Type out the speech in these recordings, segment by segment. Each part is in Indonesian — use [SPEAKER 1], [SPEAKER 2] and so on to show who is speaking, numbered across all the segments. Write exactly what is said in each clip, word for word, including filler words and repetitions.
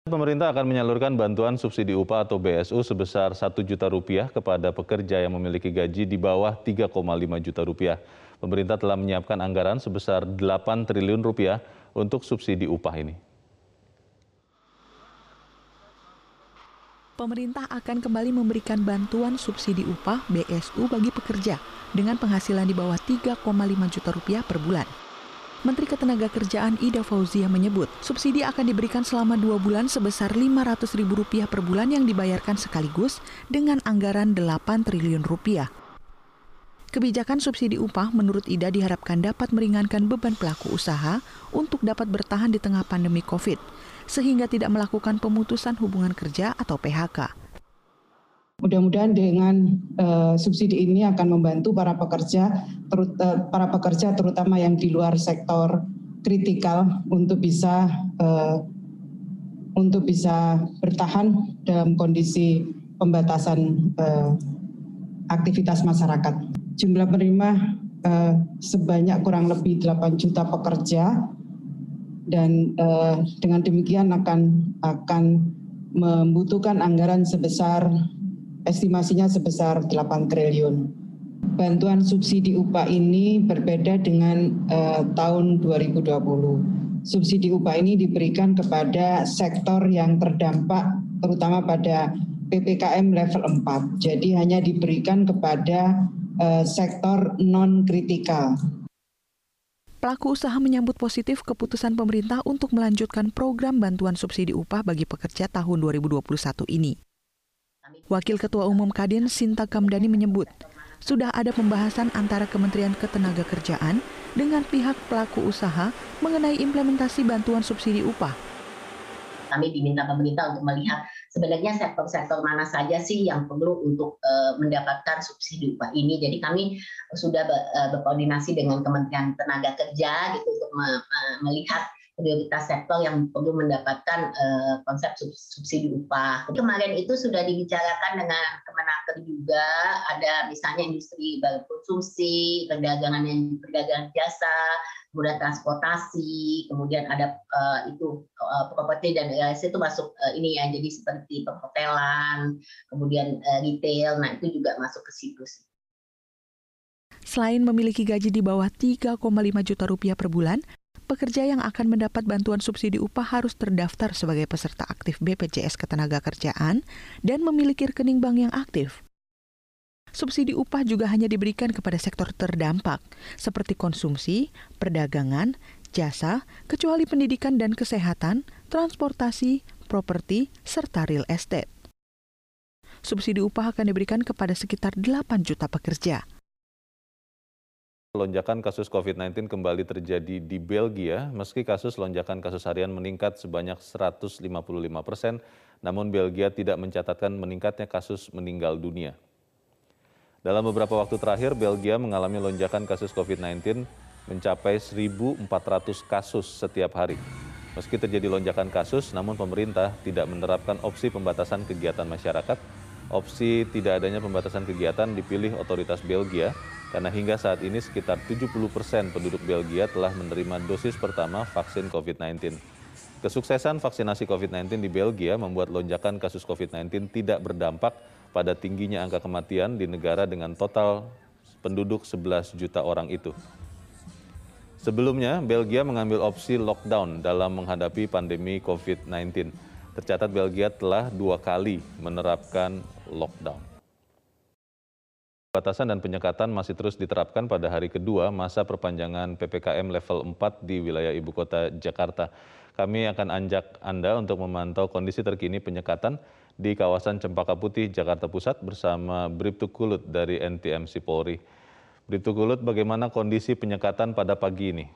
[SPEAKER 1] Pemerintah akan menyalurkan bantuan subsidi upah atau B S U sebesar satu juta rupiah kepada pekerja yang memiliki gaji di bawah tiga koma lima juta rupiah. Pemerintah telah menyiapkan anggaran sebesar delapan triliun rupiah untuk subsidi upah ini.
[SPEAKER 2] Pemerintah akan kembali memberikan bantuan subsidi upah B S U bagi pekerja dengan penghasilan di bawah tiga koma lima juta rupiah per bulan. Menteri Ketenagakerjaan Ida Fauzia menyebut, subsidi akan diberikan selama dua bulan sebesar lima ratus ribu rupiah per bulan yang dibayarkan sekaligus dengan anggaran delapan triliun rupiah. Kebijakan subsidi upah menurut Ida diharapkan dapat meringankan beban pelaku usaha untuk dapat bertahan di tengah pandemi COVID, sehingga tidak melakukan pemutusan hubungan kerja atau P H K.
[SPEAKER 3] Mudah-mudahan dengan uh, subsidi ini akan membantu para pekerja, terut, uh, para pekerja terutama yang di luar sektor kritikal untuk bisa uh, untuk bisa bertahan dalam kondisi pembatasan uh, aktivitas masyarakat. Jumlah penerima uh, sebanyak kurang lebih delapan juta pekerja dan uh, dengan demikian akan akan membutuhkan anggaran sebesar estimasinya sebesar delapan triliun. Bantuan subsidi upah ini berbeda dengan uh, tahun dua ribu dua puluh. Subsidi upah ini diberikan kepada sektor yang terdampak terutama pada P P K M level empat. Jadi hanya diberikan kepada uh, sektor non-kritikal.
[SPEAKER 2] Pelaku usaha menyambut positif keputusan pemerintah untuk melanjutkan program bantuan subsidi upah bagi pekerja tahun dua ribu dua puluh satu ini. Wakil Ketua Umum Kadin Sinta Kamdani menyebut, sudah ada pembahasan antara Kementerian Ketenagakerjaan dengan pihak pelaku usaha mengenai implementasi bantuan subsidi upah.
[SPEAKER 4] Kami diminta pemerintah untuk melihat sebenarnya sektor-sektor mana saja sih yang perlu untuk uh, mendapatkan subsidi upah ini. Jadi kami sudah ber, uh, berkoordinasi dengan Kementerian Tenaga Kerja gitu untuk me, uh, melihat prioritas sektor yang perlu mendapatkan uh, konsep subsidi upah. Kemarin itu sudah dibicarakan dengan Kemenaker juga, ada misalnya industri baru konsumsi, perdagangan yang perdagangan jasa, kemudian transportasi, kemudian ada uh, itu uh, properti dan real estate itu masuk uh, ini ya, jadi seperti perhotelan, kemudian uh, retail, nah itu juga masuk ke situ.
[SPEAKER 2] Selain memiliki gaji di bawah tiga koma lima juta rupiah per bulan, pekerja yang akan mendapat bantuan subsidi upah harus terdaftar sebagai peserta aktif B P J S Ketenagakerjaan dan memiliki rekening bank yang aktif. Subsidi upah juga hanya diberikan kepada sektor terdampak, seperti konsumsi, perdagangan, jasa, kecuali pendidikan dan kesehatan, transportasi, properti, serta real estate. Subsidi upah akan diberikan kepada sekitar delapan juta pekerja.
[SPEAKER 1] Lonjakan kasus COVID sembilan belas kembali terjadi di Belgia, meski kasus lonjakan kasus harian meningkat sebanyak seratus lima puluh lima persen, namun Belgia tidak mencatatkan meningkatnya kasus meninggal dunia. Dalam beberapa waktu terakhir, Belgia mengalami lonjakan kasus COVID sembilan belas mencapai seribu empat ratus kasus setiap hari. Meski terjadi lonjakan kasus, namun pemerintah tidak menerapkan opsi pembatasan kegiatan masyarakat. Opsi tidak adanya pembatasan kegiatan dipilih otoritas Belgia, karena hingga saat ini sekitar tujuh puluh persen penduduk Belgia telah menerima dosis pertama vaksin COVID sembilan belas. Kesuksesan vaksinasi COVID sembilan belas di Belgia membuat lonjakan kasus COVID sembilan belas tidak berdampak pada tingginya angka kematian di negara dengan total penduduk sebelas juta orang itu. Sebelumnya, Belgia mengambil opsi lockdown dalam menghadapi pandemi COVID sembilan belas. Tercatat Belgia telah dua kali menerapkan lockdown. Batasan dan penyekatan masih terus diterapkan pada hari kedua masa perpanjangan P P K M level empat di wilayah ibu kota Jakarta. Kami akan ajak Anda untuk memantau kondisi terkini penyekatan di kawasan Cempaka Putih, Jakarta Pusat bersama Bribtu Kulut dari N T M C Polri. Bribtu Kulut, bagaimana kondisi penyekatan pada pagi ini?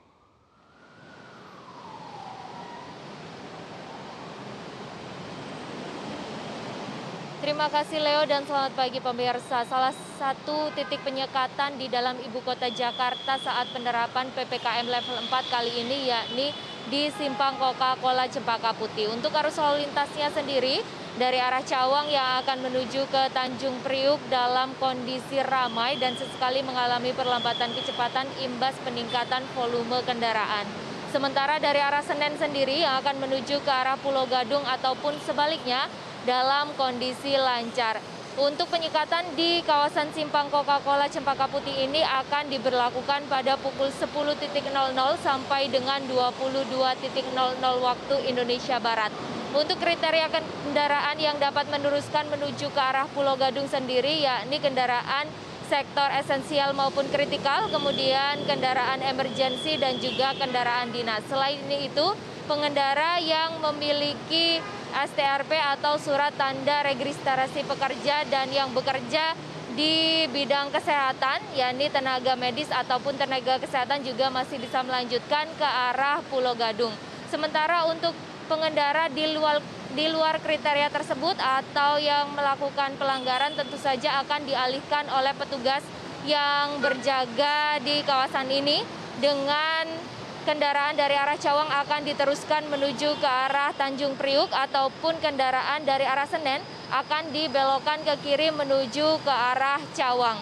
[SPEAKER 5] Terima kasih Leo dan selamat pagi pemirsa. Salah satu titik penyekatan di dalam ibu kota Jakarta saat penerapan P P K M level empat kali ini yakni di Simpang Coca-Cola Cempaka Putih. Untuk arus lalu lintasnya sendiri dari arah Cawang yang akan menuju ke Tanjung Priuk dalam kondisi ramai dan sesekali mengalami perlambatan kecepatan imbas peningkatan volume kendaraan. Sementara dari arah Senen sendiri yang akan menuju ke arah Pulau Gadung ataupun sebaliknya dalam kondisi lancar. Untuk penyekatan di kawasan Simpang Coca-Cola Cempaka Putih ini akan diberlakukan pada pukul sepuluh nol nol sampai dengan dua puluh dua nol nol waktu Indonesia Barat. Untuk kriteria kendaraan yang dapat meneruskan menuju ke arah Pulau Gadung sendiri, yakni kendaraan sektor esensial maupun kritikal, kemudian kendaraan emergensi dan juga kendaraan dinas. Selain itu, pengendara yang memiliki S T R P atau surat tanda registrasi pekerja dan yang bekerja di bidang kesehatan, yakni tenaga medis ataupun tenaga kesehatan juga masih bisa melanjutkan ke arah Pulau Gadung. Sementara untuk pengendara di luar di luar kriteria tersebut atau yang melakukan pelanggaran tentu saja akan dialihkan oleh petugas yang berjaga di kawasan ini dengan kendaraan dari arah Cawang akan diteruskan menuju ke arah Tanjung Priuk ataupun kendaraan dari arah Senen akan dibelokkan ke kiri menuju ke arah Cawang.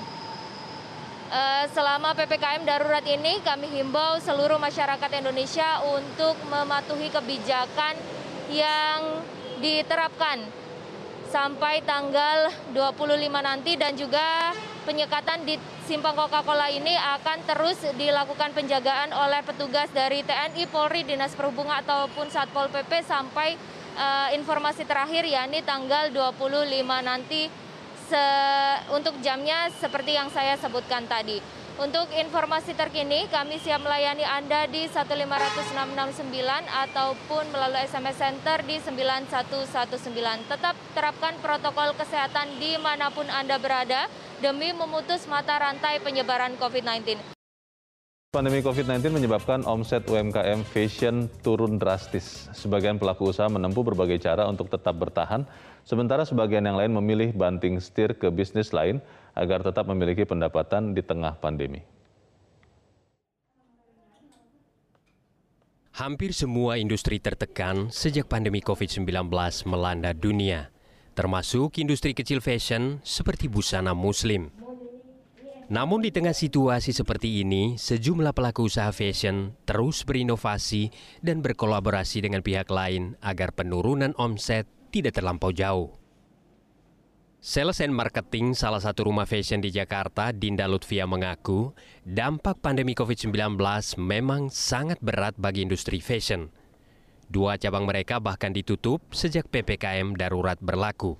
[SPEAKER 5] Selama P P K M darurat ini kami himbau seluruh masyarakat Indonesia untuk mematuhi kebijakan yang diterapkan sampai tanggal dua puluh lima nanti, dan juga penyekatan di Simpang Coca-Cola ini akan terus dilakukan penjagaan oleh petugas dari T N I, Polri, Dinas Perhubungan ataupun Satpol P P sampai uh, informasi terakhir yakni tanggal dua puluh lima nanti. Se untuk jamnya seperti yang saya sebutkan tadi. Untuk informasi terkini, kami siap melayani Anda di satu lima enam enam sembilan ataupun melalui S M S Center di sembilan satu satu sembilan. Tetap terapkan protokol kesehatan dimanapun Anda berada demi memutus mata rantai penyebaran COVID sembilan belas.
[SPEAKER 1] Pandemi COVID sembilan belas menyebabkan omset U M K M fashion turun drastis. Sebagian pelaku usaha menempuh berbagai cara untuk tetap bertahan, sementara sebagian yang lain memilih banting setir ke bisnis lain agar tetap memiliki pendapatan di tengah pandemi.
[SPEAKER 6] Hampir semua industri tertekan sejak pandemi COVID sembilan belas melanda dunia, termasuk industri kecil fashion seperti busana muslim. Namun di tengah situasi seperti ini, sejumlah pelaku usaha fashion terus berinovasi dan berkolaborasi dengan pihak lain agar penurunan omset tidak terlampau jauh. Sales and Marketing salah satu rumah fashion di Jakarta, Dinda Lutfia, mengaku dampak pandemi COVID sembilan belas memang sangat berat bagi industri fashion. Dua cabang mereka bahkan ditutup sejak P P K M darurat berlaku.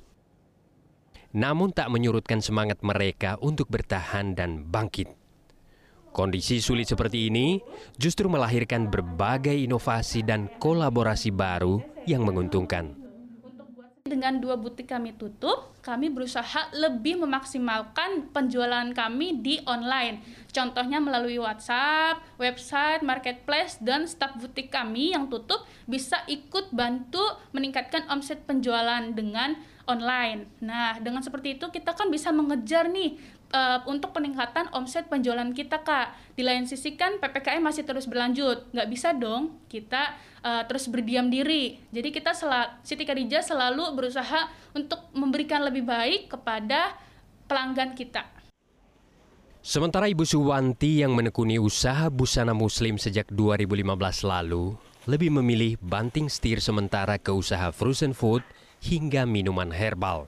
[SPEAKER 6] Namun tak menyurutkan semangat mereka untuk bertahan dan bangkit. Kondisi sulit seperti ini justru melahirkan berbagai inovasi dan kolaborasi baru yang menguntungkan.
[SPEAKER 7] Dengan dua butik kami tutup, kami berusaha lebih memaksimalkan penjualan kami di online. Contohnya melalui WhatsApp, website, marketplace, dan staf butik kami yang tutup bisa ikut bantu meningkatkan omset penjualan dengan online. Nah, dengan seperti itu kita kan bisa mengejar nih uh, untuk peningkatan omset penjualan kita, Kak. Di lain sisi kan P P K M masih terus berlanjut. Nggak bisa dong kita uh, terus berdiam diri. Jadi kita sel- Siti Khadijah selalu berusaha untuk memberikan lebih baik kepada pelanggan kita.
[SPEAKER 6] Sementara Ibu Suwanti yang menekuni usaha busana muslim sejak dua ribu lima belas lalu, lebih memilih banting setir sementara ke usaha frozen food hingga minuman herbal.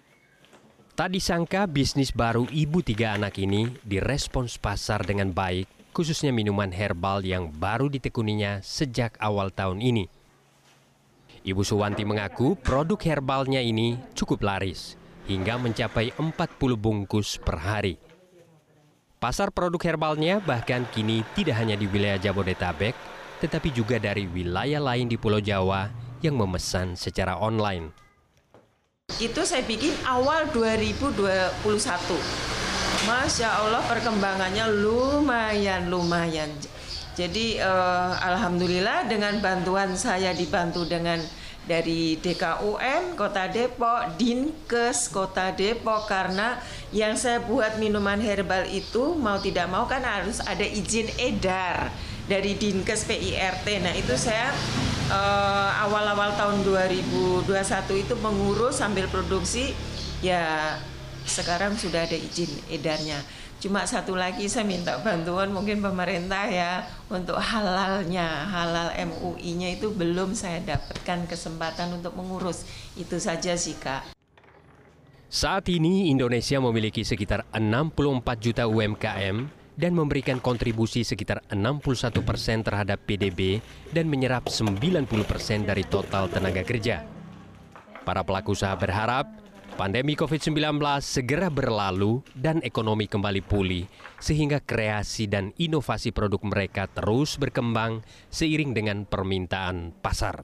[SPEAKER 6] Tak disangka bisnis baru ibu tiga anak ini direspons pasar dengan baik, khususnya minuman herbal yang baru ditekuninya sejak awal tahun ini. Ibu Suwanti mengaku produk herbalnya ini cukup laris, hingga mencapai empat puluh bungkus per hari. Pasar produk herbalnya bahkan kini tidak hanya di wilayah Jabodetabek, tetapi juga dari wilayah lain di Pulau Jawa yang memesan secara online.
[SPEAKER 8] Itu saya bikin awal dua ribu dua puluh satu. Masya Allah perkembangannya lumayan, lumayan. Jadi eh, alhamdulillah dengan bantuan saya dibantu dengan dari D K U M Kota Depok, Dinkes Kota Depok, karena yang saya buat minuman herbal itu mau tidak mau kan harus ada izin edar dari Dinkes P I R T. Nah itu saya uh, awal-awal tahun dua ribu dua puluh satu itu mengurus sambil produksi, ya sekarang sudah ada izin edarnya. Cuma satu lagi saya minta bantuan mungkin pemerintah ya untuk halalnya, halal M U I-nya itu belum saya dapatkan kesempatan untuk mengurus. Itu saja sih Kak.
[SPEAKER 6] Saat ini Indonesia memiliki sekitar enam puluh empat juta U M K M dan memberikan kontribusi sekitar enam puluh satu persen terhadap P D B dan menyerap sembilan puluh persen dari total tenaga kerja. Para pelaku usaha berharap pandemi covid sembilan belas segera berlalu dan ekonomi kembali pulih sehingga kreasi dan inovasi produk mereka terus berkembang seiring dengan permintaan pasar.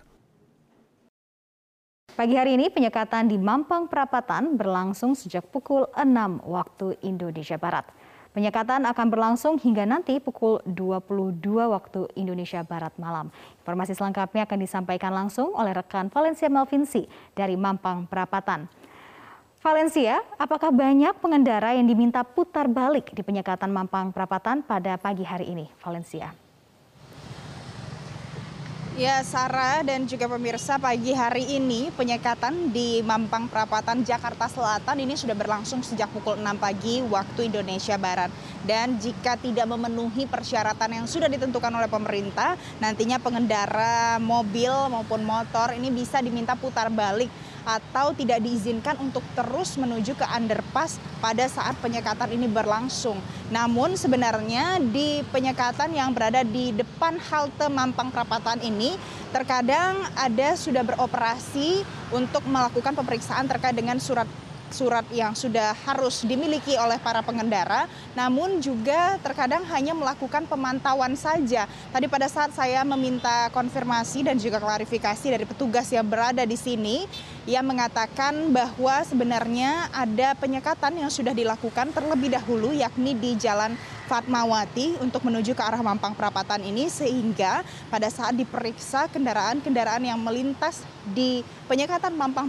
[SPEAKER 9] Pagi hari ini penyekatan di Mampang Perapatan berlangsung sejak pukul enam waktu Indonesia Barat. Penyekatan akan berlangsung hingga nanti pukul dua puluh dua waktu Indonesia Barat malam. Informasi selengkapnya akan disampaikan langsung oleh rekan Valencia Melvinsi dari Mampang Perapatan. Valencia, apakah banyak pengendara yang diminta putar balik di penyekatan Mampang Perapatan pada pagi hari ini? Valencia.
[SPEAKER 10] Ya, Sarah dan juga pemirsa, pagi hari ini penyekatan di Mampang Perapatan, Jakarta Selatan ini sudah berlangsung sejak pukul enam pagi waktu Indonesia Barat. Dan jika tidak memenuhi persyaratan yang sudah ditentukan oleh pemerintah, nantinya pengendara mobil maupun motor ini bisa diminta putar balik atau tidak diizinkan untuk terus menuju ke underpass pada saat penyekatan ini berlangsung. Namun sebenarnya di penyekatan yang berada di depan halte Mampang Perapatan ini terkadang ada sudah beroperasi untuk melakukan pemeriksaan terkait dengan surat surat yang sudah harus dimiliki oleh para pengendara, namun juga terkadang hanya melakukan pemantauan saja. Tadi pada saat saya meminta konfirmasi dan juga klarifikasi dari petugas yang berada di sini, ia mengatakan bahwa sebenarnya ada penyekatan yang sudah dilakukan terlebih dahulu, yakni di Jalan Fatmawati untuk menuju ke arah Mampang Perapatan ini, sehingga pada saat diperiksa kendaraan-kendaraan yang melintas di penyekatan Mampang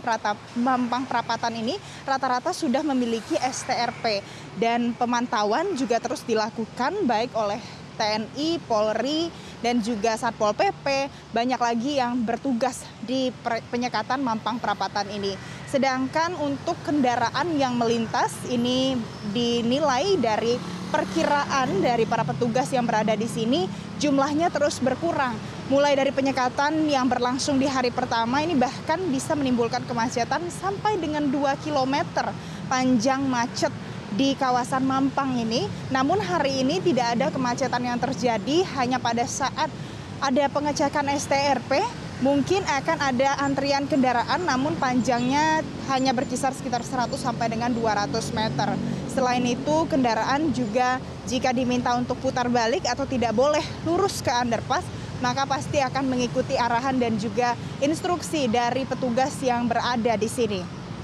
[SPEAKER 10] Perapatan ini rata-rata sudah memiliki S T R P, dan pemantauan juga terus dilakukan baik oleh T N I, Polri, dan juga Satpol P P, banyak lagi yang bertugas di penyekatan Mampang Perapatan ini. Sedangkan untuk kendaraan yang melintas ini dinilai dari perkiraan dari para petugas yang berada di sini jumlahnya terus berkurang. Mulai dari penyekatan yang berlangsung di hari pertama ini bahkan bisa menimbulkan kemacetan sampai dengan dua kilometer panjang macet di kawasan Mampang ini. Namun hari ini tidak ada kemacetan yang terjadi, hanya pada saat ada pengecekan S T R P mungkin akan ada antrian kendaraan, namun panjangnya hanya berkisar sekitar seratus sampai dengan dua ratus meter. Selain itu kendaraan juga jika diminta untuk putar balik atau tidak boleh lurus ke underpass, maka pasti akan mengikuti arahan dan juga instruksi dari petugas yang berada di sini.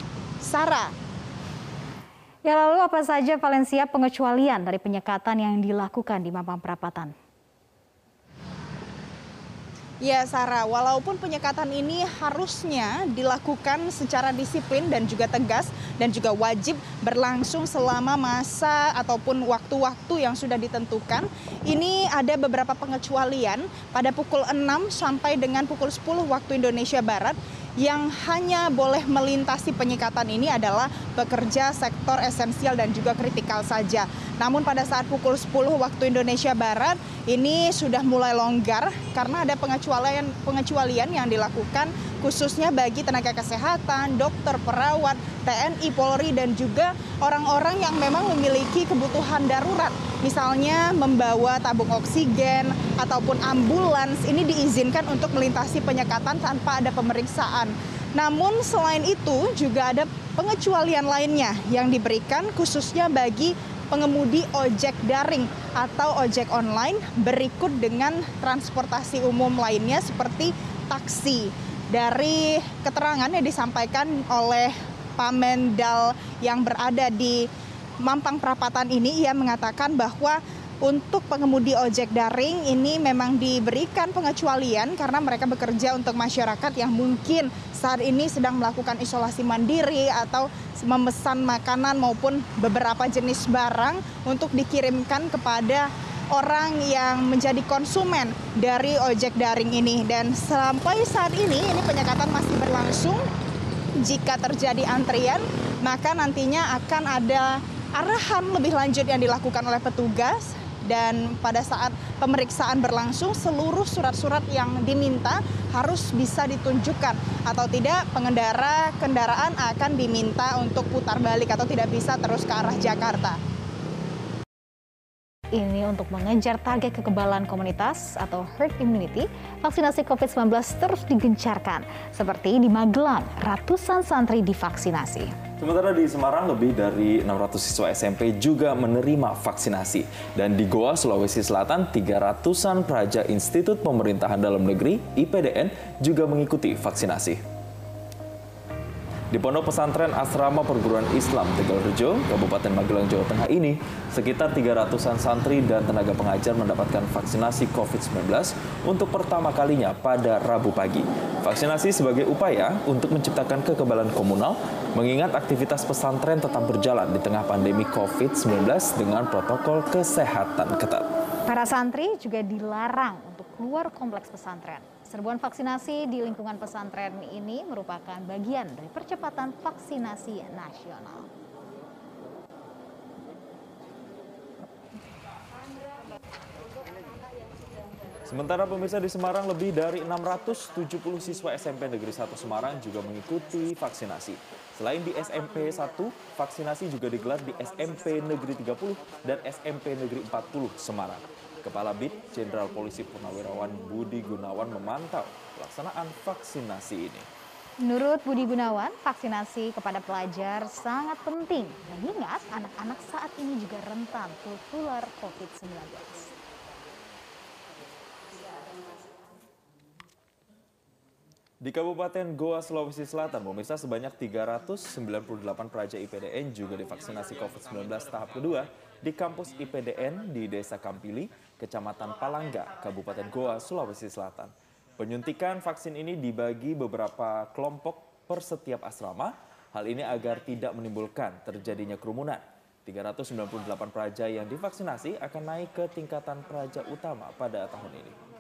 [SPEAKER 10] Sarah.
[SPEAKER 9] Ya, lalu apa saja Valencia pengecualian dari penyekatan yang dilakukan di Mampang Perapatan?
[SPEAKER 10] Ya, Sarah, walaupun penyekatan ini harusnya dilakukan secara disiplin dan juga tegas dan juga wajib berlangsung selama masa ataupun waktu-waktu yang sudah ditentukan, ini ada beberapa pengecualian pada pukul enam sampai dengan pukul sepuluh waktu Indonesia Barat. Yang hanya boleh melintasi penyekatan ini adalah pekerja sektor esensial dan juga kritikal saja. Namun pada saat pukul sepuluh waktu Indonesia Barat ini sudah mulai longgar karena ada pengecualian pengecualian yang dilakukan khususnya bagi tenaga kesehatan, dokter, perawat, T N I, Polri, dan juga orang-orang yang memang memiliki kebutuhan darurat. Misalnya membawa tabung oksigen ataupun ambulans, ini diizinkan untuk melintasi penyekatan tanpa ada pemeriksaan. Namun selain itu juga ada pengecualian lainnya yang diberikan khususnya bagi pengemudi ojek daring atau ojek online berikut dengan transportasi umum lainnya seperti taksi. Dari keterangan yang disampaikan oleh Pamendal yang berada di Mampang Perapatan ini, ia mengatakan bahwa untuk pengemudi ojek daring ini memang diberikan pengecualian karena mereka bekerja untuk masyarakat yang mungkin saat ini sedang melakukan isolasi mandiri atau memesan makanan maupun beberapa jenis barang untuk dikirimkan kepada orang yang menjadi konsumen dari ojek daring ini. Dan sampai saat ini ini penyekatan masih berlangsung jika terjadi antrian, maka nantinya akan ada arahan lebih lanjut yang dilakukan oleh petugas. Dan pada saat pemeriksaan berlangsung, seluruh surat-surat yang diminta harus bisa ditunjukkan. Atau tidak, pengendara kendaraan akan diminta untuk putar balik atau tidak bisa terus ke arah Jakarta.
[SPEAKER 9] Ini untuk mengejar target kekebalan komunitas atau herd immunity, vaksinasi covid sembilan belas terus digencarkan. Seperti di Magelang, ratusan santri divaksinasi.
[SPEAKER 11] Sementara di Semarang, lebih dari enam ratus siswa S M P juga menerima vaksinasi. Dan di Goa, Sulawesi Selatan, tiga ratusan pelajar Institut Pemerintahan Dalam Negeri I P D N juga mengikuti vaksinasi. Di Pondok Pesantren Asrama Perguruan Islam Tegalrejo, Kabupaten Magelang, Jawa Tengah ini, sekitar tiga ratusan santri dan tenaga pengajar mendapatkan vaksinasi covid sembilan belas untuk pertama kalinya pada Rabu pagi. Vaksinasi sebagai upaya untuk menciptakan kekebalan komunal, mengingat aktivitas pesantren tetap berjalan di tengah pandemi covid sembilan belas dengan protokol kesehatan ketat.
[SPEAKER 9] Para santri juga dilarang untuk keluar kompleks pesantren. Serbuan vaksinasi di lingkungan pesantren ini merupakan bagian dari percepatan vaksinasi nasional.
[SPEAKER 11] Sementara pemirsa, di Semarang, lebih dari enam ratus tujuh puluh siswa S M P Negeri satu Semarang juga mengikuti vaksinasi. Selain di S M P satu, vaksinasi juga digelar di S M P Negeri tiga puluh dan S M P Negeri empat puluh Semarang. Kepala B I T Jenderal Polisi Purnawirawan Budi Gunawan memantau pelaksanaan vaksinasi ini.
[SPEAKER 9] Menurut Budi Gunawan, vaksinasi kepada pelajar sangat penting, mengingat anak-anak saat ini juga rentan tertular covid sembilan belas.
[SPEAKER 11] Di Kabupaten Goa, Sulawesi Selatan, pemirsa, sebanyak tiga ratus sembilan puluh delapan pelajar I P D N juga divaksinasi covid sembilan belas tahap kedua di kampus I P D N di Desa Kampili, Kecamatan Palangga, Kabupaten Goa, Sulawesi Selatan. Penyuntikan vaksin ini dibagi beberapa kelompok per setiap asrama, hal ini agar tidak menimbulkan terjadinya kerumunan. tiga ratus sembilan puluh delapan pelajar yang divaksinasi akan naik ke tingkatan praja utama pada tahun ini.